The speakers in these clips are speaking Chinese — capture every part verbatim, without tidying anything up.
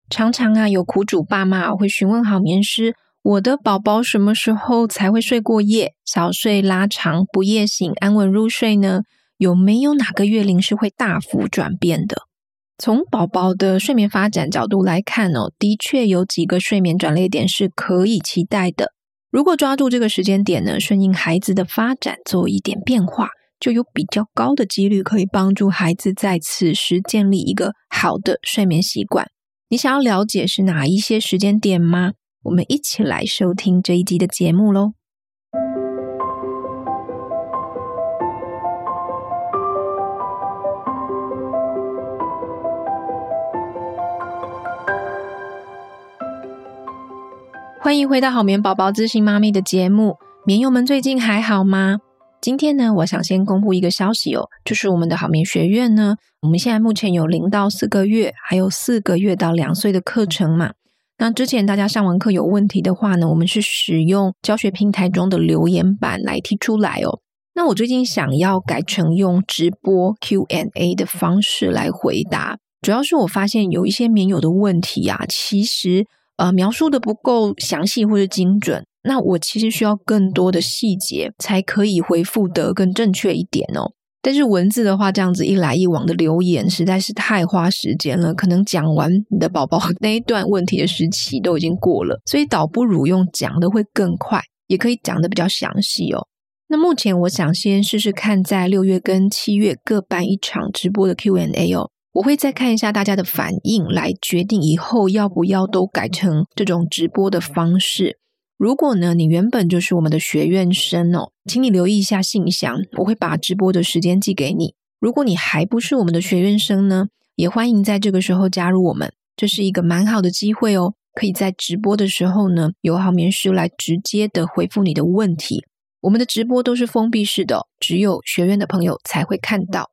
常常啊，有苦主爸妈会询问好眠师，我的宝宝什么时候才会睡过夜，小睡拉长，不夜醒，安稳入睡呢？有没有哪个月龄是会大幅转变的？从宝宝的睡眠发展角度来看哦，的确有几个睡眠转捩点是可以期待的。如果抓住这个时间点呢，顺应孩子的发展做一点变化，就有比较高的几率可以帮助孩子在此时建立一个好的睡眠习惯。你想要了解是哪一些时间点吗？我们一起来收听这一集的节目咯。欢迎回到好眠宝宝知心妈咪的节目，眠友们最近还好吗？今天呢，我想先公布一个消息哦，就是我们的好眠学院呢，我们现在目前有零到四个月，还有四个月到两岁的课程嘛。那之前大家上完课有问题的话呢，我们是使用教学平台中的留言板来提出来哦。那我最近想要改成用直播 Q and A 的方式来回答，主要是我发现有一些眠友的问题啊，其实呃描述的不够详细或是精准，那我其实需要更多的细节才可以回复得更正确一点哦。但是文字的话，这样子一来一往的留言实在是太花时间了，可能讲完你的宝宝那一段问题的时期都已经过了，所以倒不如用讲的会更快，也可以讲的比较详细哦。那目前我想先试试看在六月跟七月各办一场直播的 Q and A 哦，我会再看一下大家的反应来决定以后要不要都改成这种直播的方式。如果呢你原本就是我们的学院生哦，请你留意一下信箱，我会把直播的时间寄给你。如果你还不是我们的学院生呢，也欢迎在这个时候加入我们，这是一个蛮好的机会哦，可以在直播的时候呢，由好眠师来直接的回复你的问题。我们的直播都是封闭式的哦，只有学院的朋友才会看到。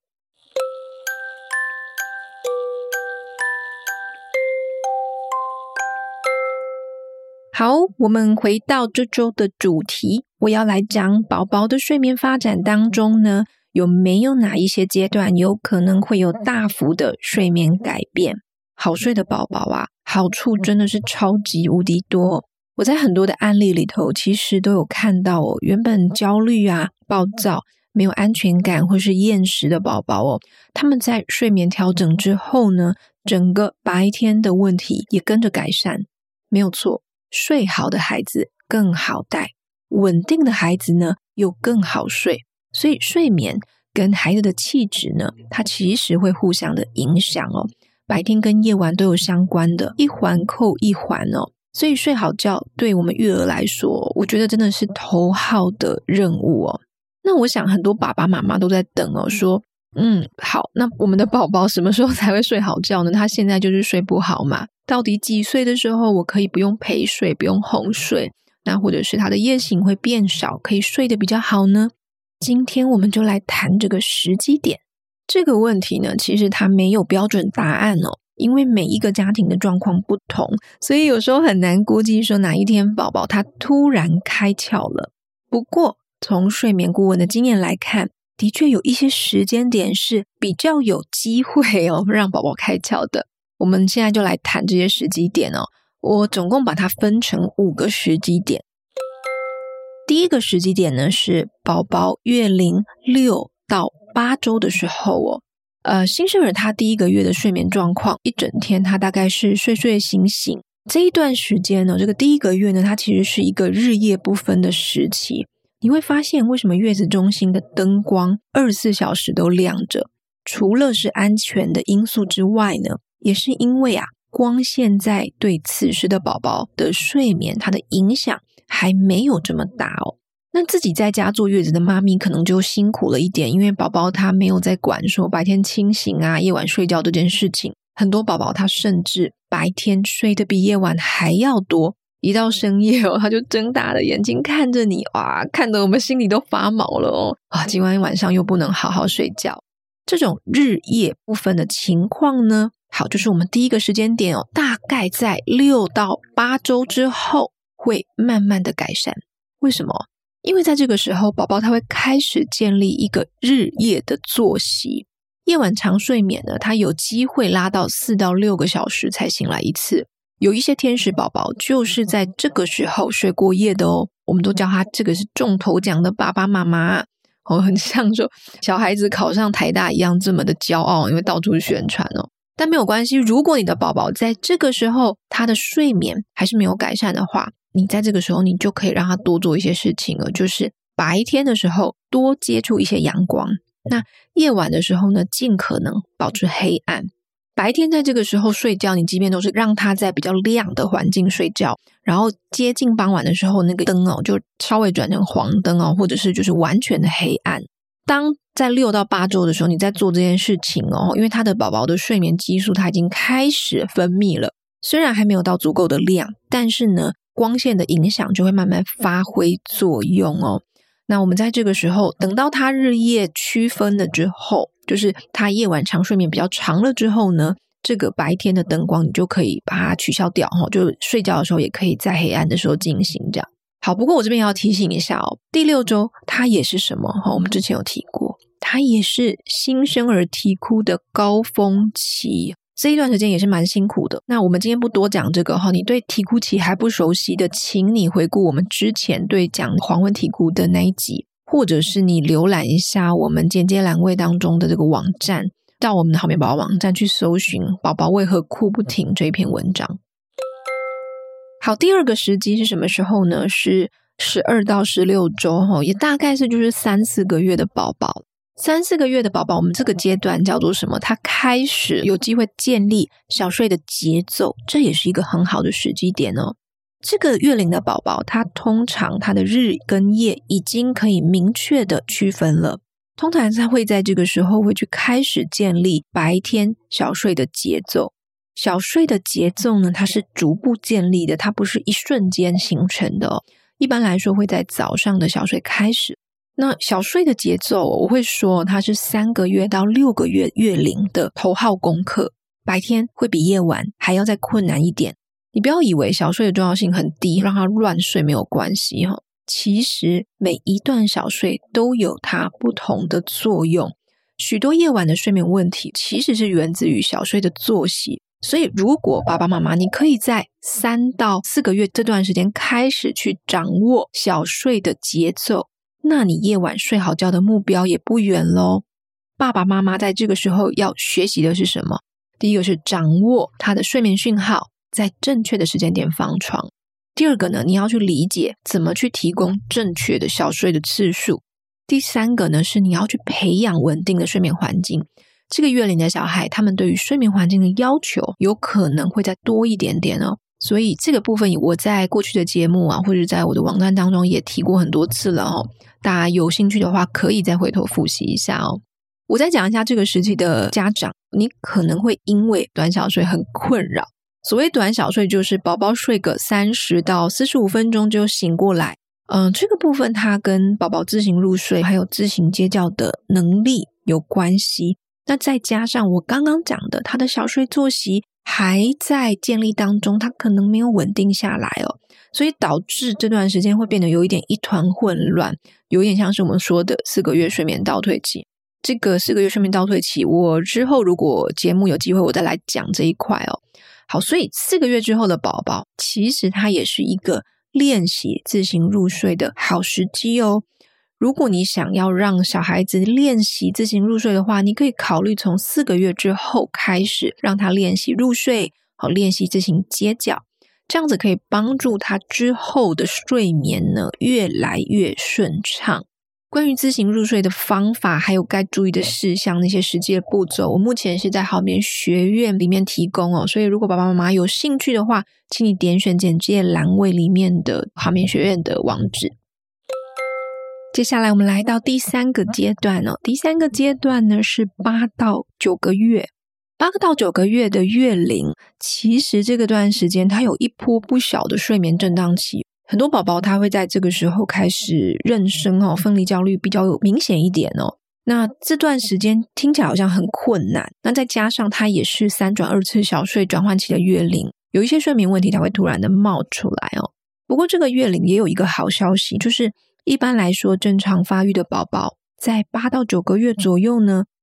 好，我们回到这周的主题，我要来讲宝宝的睡眠发展当中呢，有没有哪一些阶段有可能会有大幅的睡眠改变。好睡的宝宝啊，好处真的是超级无敌多哦。我在很多的案例里头其实都有看到哦，原本焦虑啊、暴躁、没有安全感或是厌食的宝宝哦，他们在睡眠调整之后呢，整个白天的问题也跟着改善。没有错，睡好的孩子更好带，稳定的孩子呢又更好睡，所以睡眠跟孩子的气质呢，它其实会互相的影响哦，白天跟夜晚都有相关的，一环扣一环哦。所以睡好觉对我们育儿来说，我觉得真的是头号的任务哦。那我想很多爸爸妈妈都在等哦，说嗯，好，那我们的宝宝什么时候才会睡好觉呢？他现在就是睡不好嘛，到底几岁的时候我可以不用陪睡，不用哄睡，那或者是他的夜醒会变少，可以睡得比较好呢？今天我们就来谈这个时机点。这个问题呢，其实它没有标准答案哦，因为每一个家庭的状况不同，所以有时候很难估计说哪一天宝宝他突然开窍了。不过从睡眠顾问的经验来看，的确有一些时间点是比较有机会哦让宝宝开窍的。我们现在就来谈这些时机点哦，我总共把它分成五个时机点。第一个时机点呢是宝宝月龄六到八周的时候哦，呃，新生儿他第一个月的睡眠状况，一整天他大概是睡睡醒醒。这一段时间呢，这个第一个月呢，它其实是一个日夜不分的时期。你会发现为什么月子中心的灯光二十四小时都亮着，除了是安全的因素之外呢，也是因为啊，光线在对此时的宝宝的睡眠它的影响还没有这么大哦。那自己在家坐月子的妈咪可能就辛苦了一点，因为宝宝他没有在管说白天清醒啊、夜晚睡觉这件事情，很多宝宝他甚至白天睡得比夜晚还要多，一到深夜哦，他就睁大了眼睛看着你，哇，看得我们心里都发毛了哦，啊，今晚晚上又不能好好睡觉。这种日夜不分的情况呢，好，就是我们第一个时间点哦，大概在六到八周之后会慢慢的改善。为什么？因为在这个时候宝宝他会开始建立一个日夜的作息， 夜晚长睡眠呢，它有机会拉到四到六个小时才醒来一次。有一些天使宝宝就是在这个时候睡过夜的哦，我们都叫他这个是中头奖的爸爸妈妈哦，很像说小孩子考上台大一样这么的骄傲，因为到处宣传哦。但没有关系，如果你的宝宝在这个时候他的睡眠还是没有改善的话，你在这个时候你就可以让他多做一些事情了，就是白天的时候多接触一些阳光，那夜晚的时候呢，尽可能保持黑暗。白天在这个时候睡觉，你即便都是让他在比较亮的环境睡觉，然后接近傍晚的时候那个灯哦就稍微转成黄灯哦，或者是就是完全的黑暗。当在六到八周的时候你在做这件事情哦，因为他的宝宝的睡眠激素它已经开始分泌了，虽然还没有到足够的量，但是呢光线的影响就会慢慢发挥作用哦。那我们在这个时候等到他日夜区分了之后，就是他夜晚长睡眠比较长了之后呢，这个白天的灯光你就可以把它取消掉，就睡觉的时候也可以在黑暗的时候进行这样。好，不过我这边要提醒一下哦，第六周它也是什么？我们之前有提过，它也是新生儿啼哭的高峰期，这一段时间也是蛮辛苦的。那我们今天不多讲这个，你对啼哭期还不熟悉的，请你回顾我们之前对讲黄昏啼哭的那一集，或者是你浏览一下我们简介栏位当中的这个网站，到我们的好眠宝宝网站去搜寻宝宝为何哭不停这一篇文章。好，第二个时机是什么时候呢？是十二到十六周，也大概是就是三四个月的宝宝。三四个月的宝宝，我们这个阶段叫做什么？他开始有机会建立小睡的节奏，这也是一个很好的时机点哦。这个月龄的宝宝，他通常他的日跟夜已经可以明确的区分了，通常他会在这个时候会去开始建立白天小睡的节奏。小睡的节奏呢，它是逐步建立的，它不是一瞬间形成的哦。一般来说会在早上的小睡开始。那小睡的节奏我会说它是三个月到六个月月龄的头号功课，白天会比夜晚还要再困难一点。你不要以为小睡的重要性很低，让它乱睡没有关系哦。其实每一段小睡都有它不同的作用，许多夜晚的睡眠问题其实是源自于小睡的作息。所以如果爸爸妈妈你可以在三到四个月这段时间开始去掌握小睡的节奏，那你夜晚睡好觉的目标也不远咯。爸爸妈妈在这个时候要学习的是什么？第一个是掌握他的睡眠讯号，在正确的时间点放床。第二个呢，你要去理解怎么去提供正确的小睡的次数。第三个呢，是你要去培养稳定的睡眠环境。这个月龄的小孩，他们对于睡眠环境的要求有可能会再多一点点哦。所以这个部分我在过去的节目啊，或者在我的网站当中也提过很多次了哦。大家有兴趣的话可以再回头复习一下哦。我再讲一下这个时期的家长，你可能会因为短小睡很困扰。所谓短小睡就是宝宝睡个三十到四十五分钟就醒过来。嗯，这个部分它跟宝宝自行入睡还有自行接觉的能力有关系。那再加上我刚刚讲的他的小睡作息还在建立当中，他可能没有稳定下来哦，所以导致这段时间会变得有一点一团混乱，有点像是我们说的四个月睡眠倒退期。这个四个月睡眠倒退期我之后如果节目有机会我再来讲这一块哦。好，所以四个月之后的宝宝其实它也是一个练习自行入睡的好时机哦。如果你想要让小孩子练习自行入睡的话，你可以考虑从四个月之后开始让他练习入睡，好，练习自行接觉，这样子可以帮助他之后的睡眠呢越来越顺畅。关于自行入睡的方法还有该注意的事项，那些实际的步骤我目前是在好眠学院里面提供哦，所以如果爸爸妈妈有兴趣的话，请你点选简介栏位里面的好眠学院的网址。接下来我们来到第三个阶段哦，第三个阶段呢是八到九个月。八个到九个月的月龄，其实这个段时间它有一波不小的睡眠震荡期。很多宝宝他会在这个时候开始认生哦，分离焦虑比较有明显一点哦。那这段时间听起来好像很困难，那再加上它也是三转二次小睡转换期的月龄，有一些睡眠问题它会突然的冒出来哦。不过这个月龄也有一个好消息，就是一般来说正常发育的宝宝在八到九个月左右呢，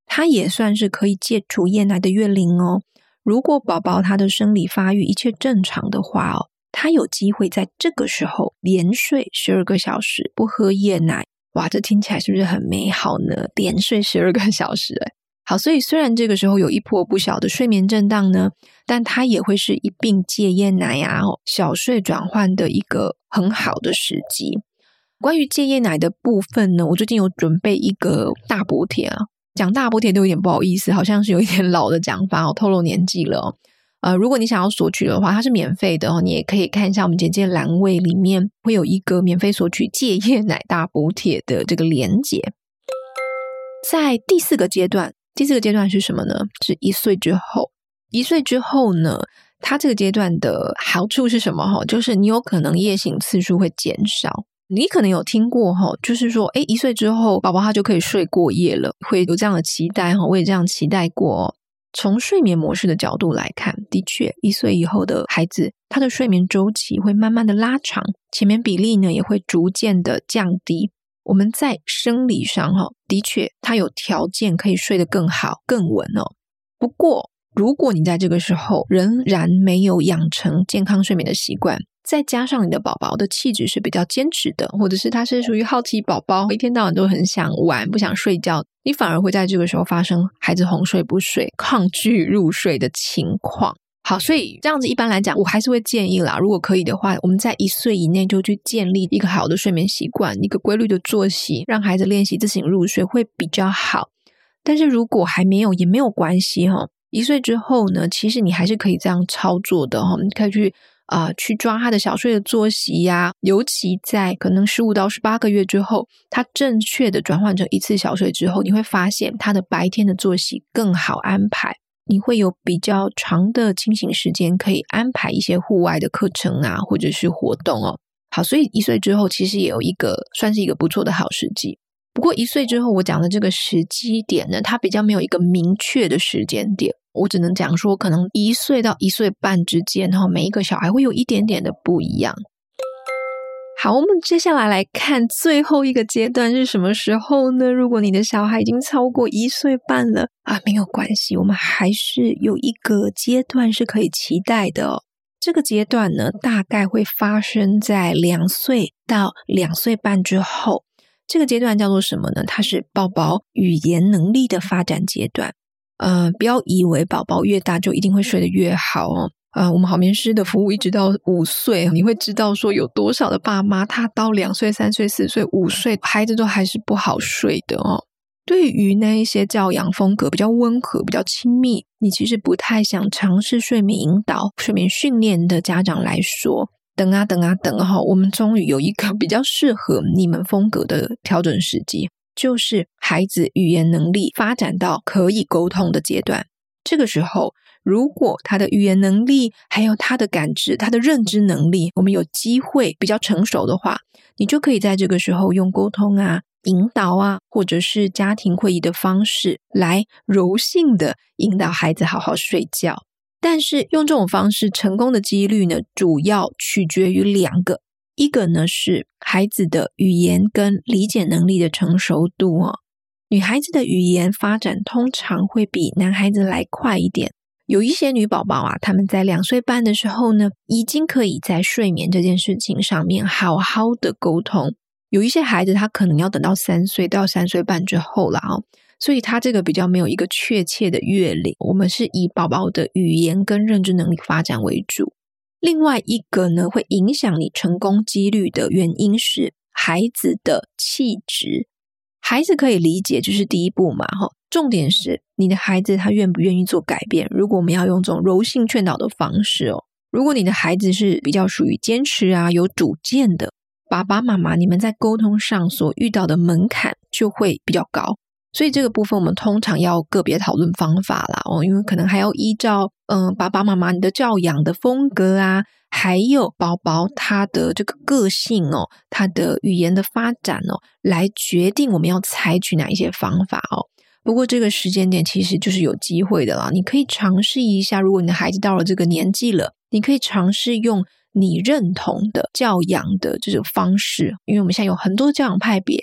它也算是可以戒除夜奶的月龄哦。如果宝宝他的生理发育一切正常的话哦，他有机会在这个时候连睡十二个小时，不喝夜奶。哇，这听起来是不是很美好呢？连睡十二个小时诶。好，所以虽然这个时候有一波不小的睡眠震荡呢，但它也会是一并戒夜奶啊、哦、小睡转换的一个很好的时机。关于戒夜奶的部分呢，我最近有准备一个大补帖啊，讲大补帖都有点不好意思，好像是有一点老的讲法哦，透露年纪了哦。呃，如果你想要索取的话，它是免费的哦，你也可以看一下我们简介栏位里面会有一个免费索取戒夜奶大补帖的这个连结。在第四个阶段，第四个阶段是什么呢？是一岁之后。一岁之后呢，它这个阶段的好处是什么？就是你有可能夜醒次数会减少。你可能有听过就是说诶一岁之后宝宝他就可以睡过夜了，会有这样的期待，我也这样期待过哦。从睡眠模式的角度来看，的确一岁以后的孩子他的睡眠周期会慢慢的拉长，前面比例呢也会逐渐的降低。我们在生理上的确他有条件可以睡得更好更稳哦。不过如果你在这个时候仍然没有养成健康睡眠的习惯，再加上你的宝宝的气质是比较坚持的，或者是他是属于好奇宝宝，一天到晚都很想玩不想睡觉，你反而会在这个时候发生孩子哄睡不睡，抗拒入睡的情况。好，所以这样子一般来讲我还是会建议啦，如果可以的话，我们在一岁以内就去建立一个好的睡眠习惯，一个规律的作息，让孩子练习自行入睡会比较好。但是如果还没有也没有关系齁，一岁之后呢，其实你还是可以这样操作的齁，你可以去呃，去抓他的小睡的作息呀、啊，尤其在可能十五到十八个月之后，他正确的转换成一次小睡之后，你会发现他的白天的作息更好安排，你会有比较长的清醒时间可以安排一些户外的课程啊，或者是活动哦。好，所以一岁之后其实也有一个算是一个不错的好时机。不过一岁之后我讲的这个时机点呢，它比较没有一个明确的时间点，我只能讲说可能一岁到一岁半之间每一个小孩会有一点点的不一样。好，我们接下来来看最后一个阶段是什么时候呢？如果你的小孩已经超过一岁半了啊，没有关系，我们还是有一个阶段是可以期待的哦。这个阶段呢，大概会发生在两岁到两岁半之后。这个阶段叫做什么呢？它是宝宝语言能力的发展阶段。呃，不要以为宝宝越大就一定会睡得越好哦。呃，我们好眠师的服务一直到五岁，你会知道说有多少的爸妈他到两岁、三岁、四岁、五岁，孩子都还是不好睡的哦。对于那一些教养风格比较温和、比较亲密，你其实不太想尝试睡眠引导、睡眠训练的家长来说，等啊等啊等啊，我们终于有一个比较适合你们风格的调整时机，就是孩子语言能力发展到可以沟通的阶段。这个时候如果他的语言能力还有他的感知、他的认知能力我们有机会比较成熟的话，你就可以在这个时候用沟通啊、引导啊，或者是家庭会议的方式来柔性的引导孩子好好睡觉。但是用这种方式成功的几率呢，主要取决于两个，一个呢是孩子的语言跟理解能力的成熟度哦。女孩子的语言发展通常会比男孩子来快一点，有一些女宝宝啊，她们在两岁半的时候呢，已经可以在睡眠这件事情上面好好的沟通。有一些孩子他可能要等到三岁到三岁半之后啦哦，所以他这个比较没有一个确切的月龄，我们是以宝宝的语言跟认知能力发展为主。另外一个呢，会影响你成功几率的原因是孩子的气质。孩子可以理解，这是第一步嘛，重点是你的孩子他愿不愿意做改变。如果我们要用这种柔性劝导的方式哦，如果你的孩子是比较属于坚持啊、有主见的，爸爸妈妈你们在沟通上所遇到的门槛就会比较高。所以这个部分我们通常要个别讨论方法啦哦，因为可能还要依照嗯爸爸妈妈你的教养的风格啊，还有宝宝他的这个个性哦，他的语言的发展哦，来决定我们要采取哪一些方法哦。不过这个时间点其实就是有机会的啦，你可以尝试一下，如果你的孩子到了这个年纪了，你可以尝试用你认同的教养的这种方式，因为我们现在有很多教养派别，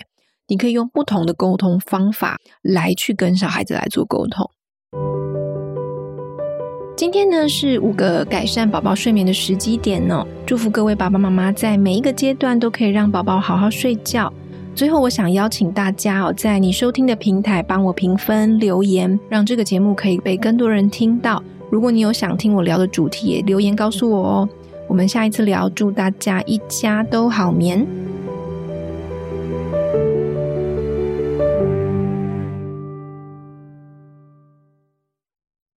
你可以用不同的沟通方法来去跟小孩子来做沟通。今天呢是五个改善宝宝睡眠的时机点哦，祝福各位爸爸妈妈在每一个阶段都可以让宝宝好好睡觉。最后我想邀请大家哦，在你收听的平台帮我评分留言，让这个节目可以被更多人听到。如果你有想听我聊的主题，也留言告诉我哦。我们下一次聊，祝大家一家都好眠。